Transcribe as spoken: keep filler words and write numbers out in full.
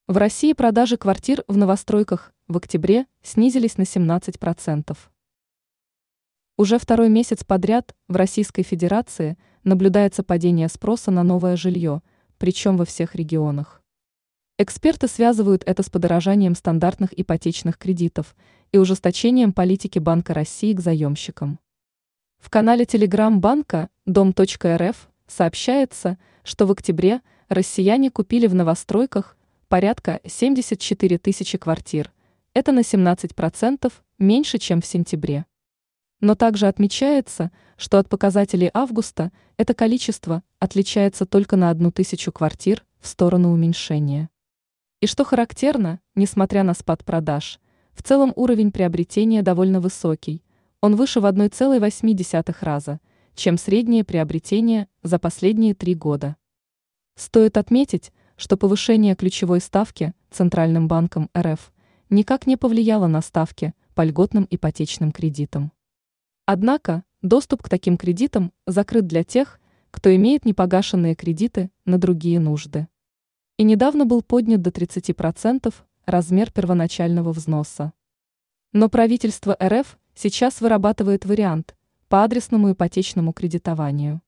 В России продажи квартир в новостройках в октябре снизились на семнадцать процентов. Уже второй месяц подряд в Российской Федерации наблюдается падение спроса на новое жилье, причем во всех регионах. Эксперты связывают это с подорожанием стандартных ипотечных кредитов и ужесточением политики Банка России к заемщикам. В канале Telegram банка дом точка эр эф сообщается, что в октябре россияне купили в новостройках порядка семьдесят четыре тысячи квартир, это на семнадцать процентов меньше, чем в сентябре. Но также отмечается, что от показателей августа это количество отличается только на одну тысячу квартир в сторону уменьшения. И что характерно, несмотря на спад продаж, в целом уровень приобретения довольно высокий, он выше в одна целая восемь десятых раза, чем среднее приобретение за последние три года. Стоит отметить, что повышение ключевой ставки Центральным банком эр эф никак не повлияло на ставки по льготным ипотечным кредитам. Однако доступ к таким кредитам закрыт для тех, кто имеет непогашенные кредиты на другие нужды. И недавно был поднят до тридцати процентов размер первоначального взноса. Но правительство эр эф сейчас вырабатывает вариант по адресному ипотечному кредитованию.